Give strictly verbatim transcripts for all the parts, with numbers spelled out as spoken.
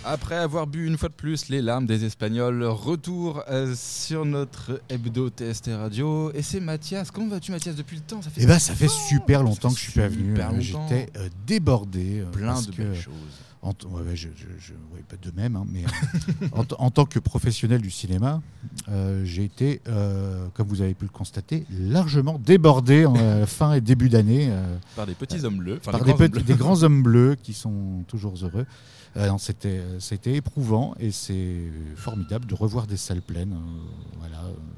Après avoir bu une fois de plus les larmes des Espagnols, retour euh, sur notre hebdo T S T Radio. Et c'est Mathias. Comment vas-tu, Mathias, depuis le temps? Ça fait Eh ben, ça fait super longtemps fait que je suis pas venu. super longtemps. J'étais euh, débordé. euh, Plein parce de que, belles choses. En, t- ouais, ouais, je, je, je- ouais, pas de même, hein, mais euh, en, t- en tant que professionnel du cinéma, euh, j'ai été, euh, comme vous avez pu le constater, largement débordé en euh, fin et début d'année euh, Par des petits hommes bleus. Enfin, par des des, grands hommes petits- bleus. des grands hommes bleus qui sont toujours heureux. Euh, non, c'était, c'était éprouvant et c'est formidable de revoir des salles pleines. euh, voilà.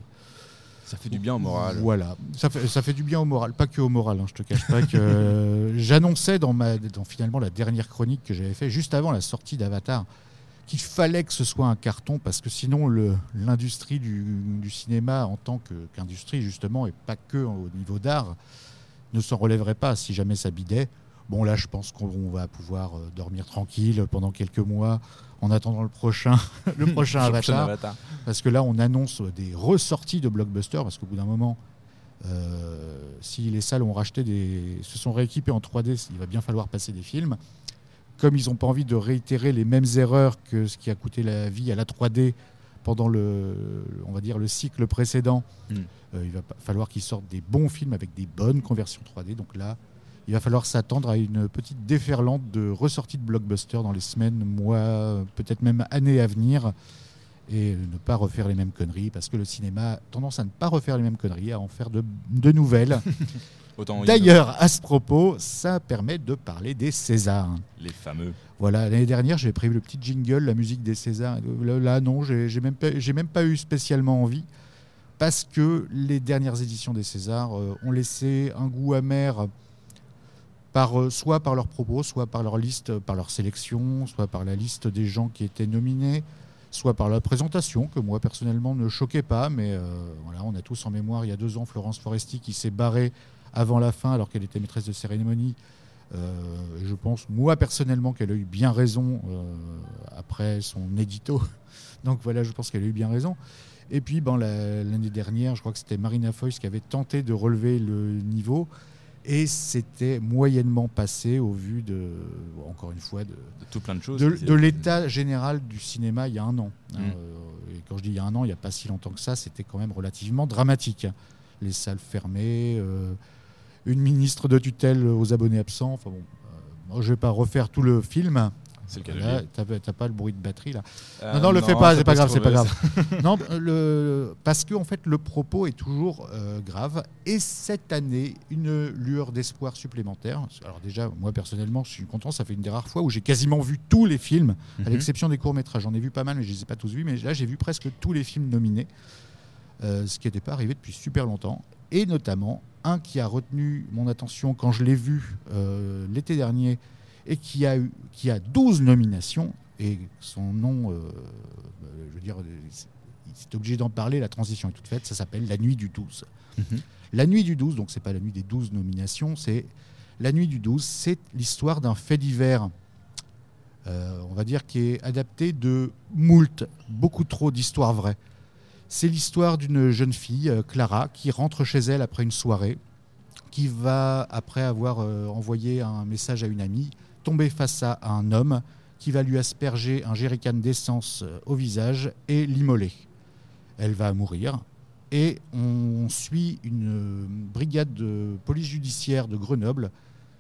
Ça fait du bien au moral. Voilà, ça fait, ça fait du bien au moral, pas que au moral, hein, je te cache pas que euh, j'annonçais dans, ma, dans finalement la dernière chronique que j'avais fait juste avant la sortie d'Avatar qu'il fallait que ce soit un carton parce que sinon le, l'industrie du, du cinéma en tant que, qu'industrie justement et pas que au niveau d'art ne s'en relèverait pas si jamais ça bidait. Bon là je pense qu'on va pouvoir euh, dormir tranquille pendant quelques mois en attendant le prochain, le prochain Avatar. Avatar. Parce que là, on annonce des ressorties de blockbusters, parce qu'au bout d'un moment, euh, si les salles ont racheté des, se sont rééquipées en trois D, il va bien falloir passer des films. Comme ils n'ont pas envie de réitérer les mêmes erreurs que ce qui a coûté la vie à la trois D pendant le, on va dire, le cycle précédent, Mm. euh, il va pas- falloir qu'ils sortent des bons films avec des bonnes conversions trois D. Donc là, il va falloir s'attendre à une petite déferlante de ressorties de blockbusters dans les semaines, mois, peut-être même années à venir. Et ne pas refaire les mêmes conneries, parce que le cinéma a tendance à ne pas refaire les mêmes conneries, à en faire de, de nouvelles. Autant D'ailleurs, à ce propos, ça permet de parler des Césars. les fameux. Voilà, l'année dernière, j'avais prévu le petit jingle, la musique des Césars. Là, là, non, j'ai, j'ai, même pas, j'ai même pas eu spécialement envie, parce que les dernières éditions des Césars euh, ont laissé un goût amer, par, euh, soit par leurs propos, soit par leur liste, par leur sélection, soit par la liste des gens qui étaient nominés, soit par la présentation, que moi personnellement ne choquait pas, mais euh, voilà, on a tous en mémoire, il y a deux ans, Florence Foresti qui s'est barrée avant la fin alors qu'elle était maîtresse de cérémonie. Euh, je pense, moi personnellement, qu'elle a eu bien raison euh, après son édito. Donc voilà, je pense qu'elle a eu bien raison. Et puis ben, la, l'année dernière, je crois que c'était Marina Foïs qui avait tenté de relever le niveau. Et c'était moyennement passé au vu de, encore une fois, de, De tout plein de choses. de, C'est- de l'état général du cinéma il y a un an. Mm. Hein, euh, et quand je dis il y a un an, il n'y a pas si longtemps que ça, c'était quand même relativement dramatique. Les salles fermées, euh, une ministre de tutelle aux abonnés absents. Enfin bon, euh, moi, je ne vais pas refaire tout le film. C'est le cas de Là, dire. t'as, t'as pas le bruit de batterie là. Euh, non, non, le fais pas, ça c'est pas peut grave, se c'est pas trouver. grave. non, le, parce que en fait, le propos est toujours euh, grave. Et cette année, une lueur d'espoir supplémentaire. Alors déjà, moi personnellement, je suis content. Ça fait une des rares fois où j'ai quasiment vu tous les films, à Mhm. l'exception des courts métrages. J'en ai vu pas mal, mais je les ai pas tous vus. Mais là, j'ai vu presque tous les films nominés, euh, ce qui n'était pas arrivé depuis super longtemps. Et notamment un qui a retenu mon attention quand je l'ai vu euh, l'été dernier et qui a eu, qui a douze nominations. Et son nom, euh, je veux dire, c'est obligé d'en parler, la transition est toute faite, ça s'appelle La Nuit du douze. Mhm. La Nuit du douze, donc c'est pas la nuit des douze nominations, c'est La Nuit du douze, c'est l'histoire d'un fait divers, euh, on va dire, qui est adapté de moult, beaucoup trop d'histoires vraies. C'est l'histoire d'une jeune fille, euh, Clara, qui rentre chez elle après une soirée, qui va, après avoir euh, envoyé un message à une amie, tomber face à un homme qui va lui asperger un jerrycan d'essence au visage et l'immoler. Elle va mourir. Et on suit une brigade de police judiciaire de Grenoble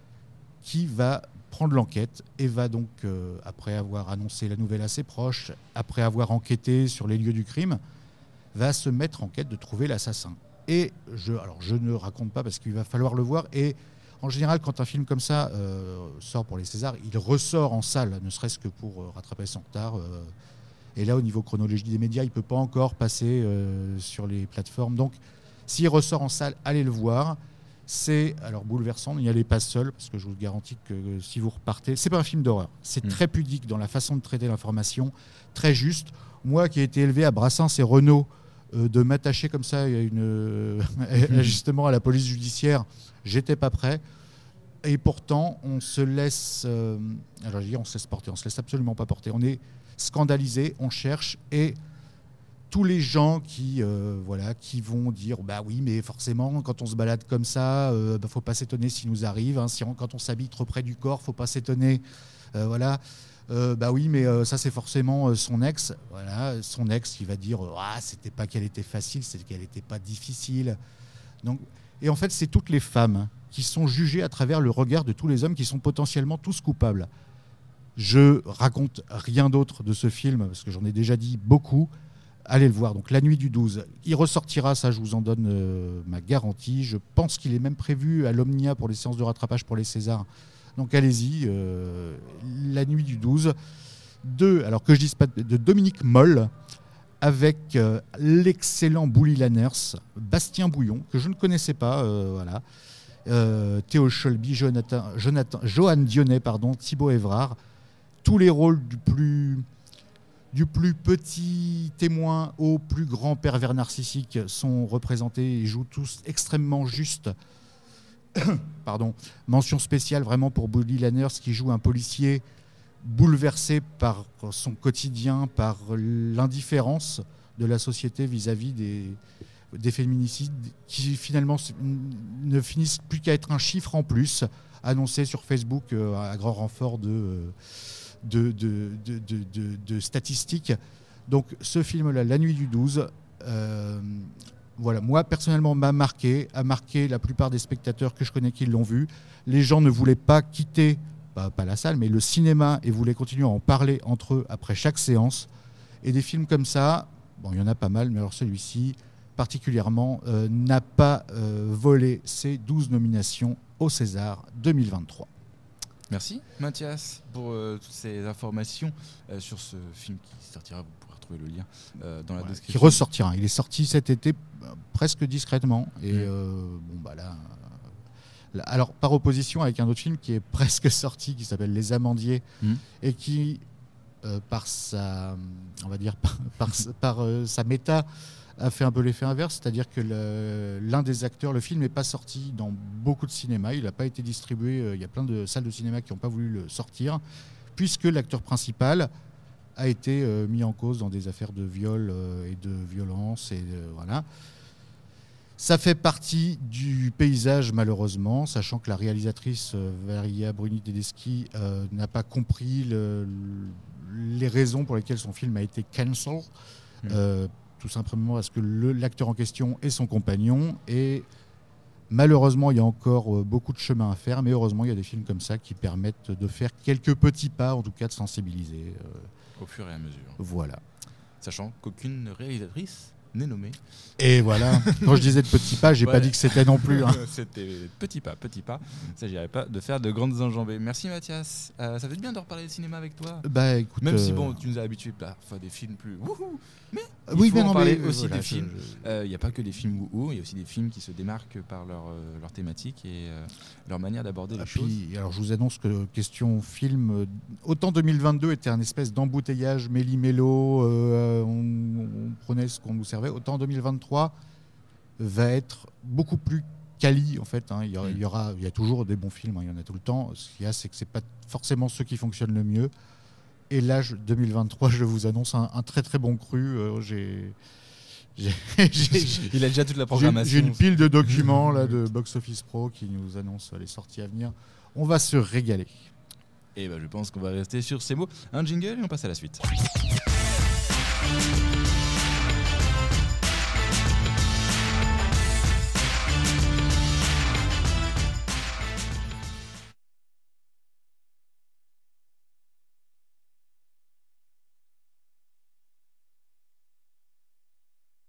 qui va prendre l'enquête et va donc, euh, après avoir annoncé la nouvelle à ses proches, après avoir enquêté sur les lieux du crime, va se mettre en quête de trouver l'assassin. Et je, alors je ne raconte pas parce qu'il va falloir le voir. Et en général, quand un film comme ça euh, sort pour les Césars, il ressort en salle, ne serait-ce que pour euh, rattraper son retard. Euh, et là, au niveau chronologie des médias, il ne peut pas encore passer euh, sur les plateformes. Donc, s'il ressort en salle, allez le voir. C'est alors bouleversant, n'y allez pas seul, parce que je vous garantis que euh, si vous repartez... C'est pas un film d'horreur, c'est Mmh. très pudique dans la façon de traiter l'information, très juste. Moi qui ai été élevé à Brassens et Renault, euh, de m'attacher comme ça à une, euh, justement à la police judiciaire, j'étais pas prêt. Et pourtant, on se laisse... Euh, alors je dis on se laisse porter, on se laisse absolument pas porter. On est scandalisé, on cherche et tous les gens qui, euh, voilà, qui vont dire bah oui, mais forcément, quand on se balade comme ça, euh, bah, faut pas s'étonner s'il nous arrive. Hein, si on, quand on s'habille trop près du corps, faut pas s'étonner. Euh, voilà. Euh, bah oui, mais euh, ça c'est forcément euh, son ex. Voilà, son ex qui va dire ah c'était pas qu'elle était facile, c'est qu'elle était pas difficile. Donc, et en fait, c'est toutes les femmes qui sont jugées à travers le regard de tous les hommes qui sont potentiellement tous coupables. Je raconte rien d'autre de ce film parce que j'en ai déjà dit beaucoup. Allez le voir, donc La Nuit du douze. Il ressortira, ça je vous en donne euh, ma garantie. Je pense qu'il est même prévu à l'Omnia pour les séances de rattrapage pour les Césars. Donc allez-y, euh, La Nuit du douze. De, alors que je dise pas, de Dominique Moll, avec euh, l'excellent Bully Lanners, Bastien Bouillon, que je ne connaissais pas, euh, voilà. Euh, Théo Cholby, Jonathan, Jonathan, Johan Dionnet, pardon, Thibaut Évrard. Tous les rôles du plus... Du plus petit témoin au plus grand pervers narcissique sont représentés et jouent tous extrêmement juste. Pardon. Mention spéciale vraiment pour Bully Lanners qui joue un policier bouleversé par son quotidien, par l'indifférence de la société vis-à-vis des, des féminicides qui finalement ne finissent plus qu'à être un chiffre en plus annoncé sur Facebook à grand renfort de... De, de, de, de, de, de statistiques. Donc ce film-là, La Nuit du douze, euh, voilà, moi personnellement m'a marqué, a marqué la plupart des spectateurs que je connais qui l'ont vu. Les gens ne voulaient pas quitter, bah, pas la salle, mais le cinéma et voulaient continuer à en parler entre eux après chaque séance. Et des films comme ça, bon, il y en a pas mal, mais alors celui-ci particulièrement euh, n'a pas euh, volé ses douze nominations au César deux mille vingt-trois. Merci Mathias pour euh, toutes ces informations euh, sur ce film qui sortira. Vous pourrez retrouver le lien euh, dans la ouais, description. Qui ressortira. Il est sorti cet été euh, presque discrètement. Et mmh. euh, bon bah là, là, alors par opposition avec un autre film qui est presque sorti, qui s'appelle Les Amandiers, mmh. et qui euh, par sa, on va dire par, par, par euh, sa méta a fait un peu l'effet inverse, c'est-à-dire que le, l'un des acteurs, le film n'est pas sorti dans beaucoup de cinémas, il n'a pas été distribué, euh, il y a plein de salles de cinéma qui n'ont pas voulu le sortir, puisque l'acteur principal a été euh, mis en cause dans des affaires de viol euh, et de violence, et euh, voilà. Ça fait partie du paysage malheureusement, sachant que la réalisatrice euh, Varia Bruni-Tedeschi euh, n'a pas compris le, le, les raisons pour lesquelles son film a été cancel. Mmh. Euh, tout simplement parce que le, l'acteur en question est son compagnon et malheureusement il y a encore euh, beaucoup de chemin à faire, mais heureusement il y a des films comme ça qui permettent de faire quelques petits pas, en tout cas de sensibiliser euh, au fur et à mesure. Voilà. Sachant qu'aucune réalisatrice n'est nommée. Et voilà, quand je disais de petits pas, j'ai ouais. pas dit que c'était non plus. Hein. C'était petit pas, petit pas. Il ne s'agirait pas de faire de grandes enjambées. Merci Mathias. Euh, ça fait bien de reparler de cinéma avec toi. Bah écoute, même euh... si bon, tu nous as habitués parfois des films plus wouhou, mais il oui, faut mais en non, parler mais, aussi voilà, des je, films. Je... Il euh, n'y a pas que des films wouhou, il y a aussi des films qui se démarquent par leur euh, leur thématique et euh, leur manière d'aborder les ah, choses. Puis, alors je vous annonce que question film, euh, autant deux mille vingt-deux était un espèce d'embouteillage méli-mélo, euh, on, on prenait ce qu'on nous servait, autant deux mille vingt-trois va être beaucoup plus quali en fait. Hein. Il, y aura, il, y aura, il y a toujours des bons films, hein. Il y en a tout le temps. Ce qu'il y a, c'est que c'est pas forcément ceux qui fonctionnent le mieux. Et là, je, deux mille vingt-trois, je vous annonce un, un très très bon cru. Euh, j'ai, j'ai, j'ai, il a déjà toute la programmation. J'ai, j'ai une pile de documents là de Box Office Pro qui nous annonce les sorties à venir. On va se régaler. Et ben, je pense qu'on va rester sur ces mots. Un jingle et on passe à la suite.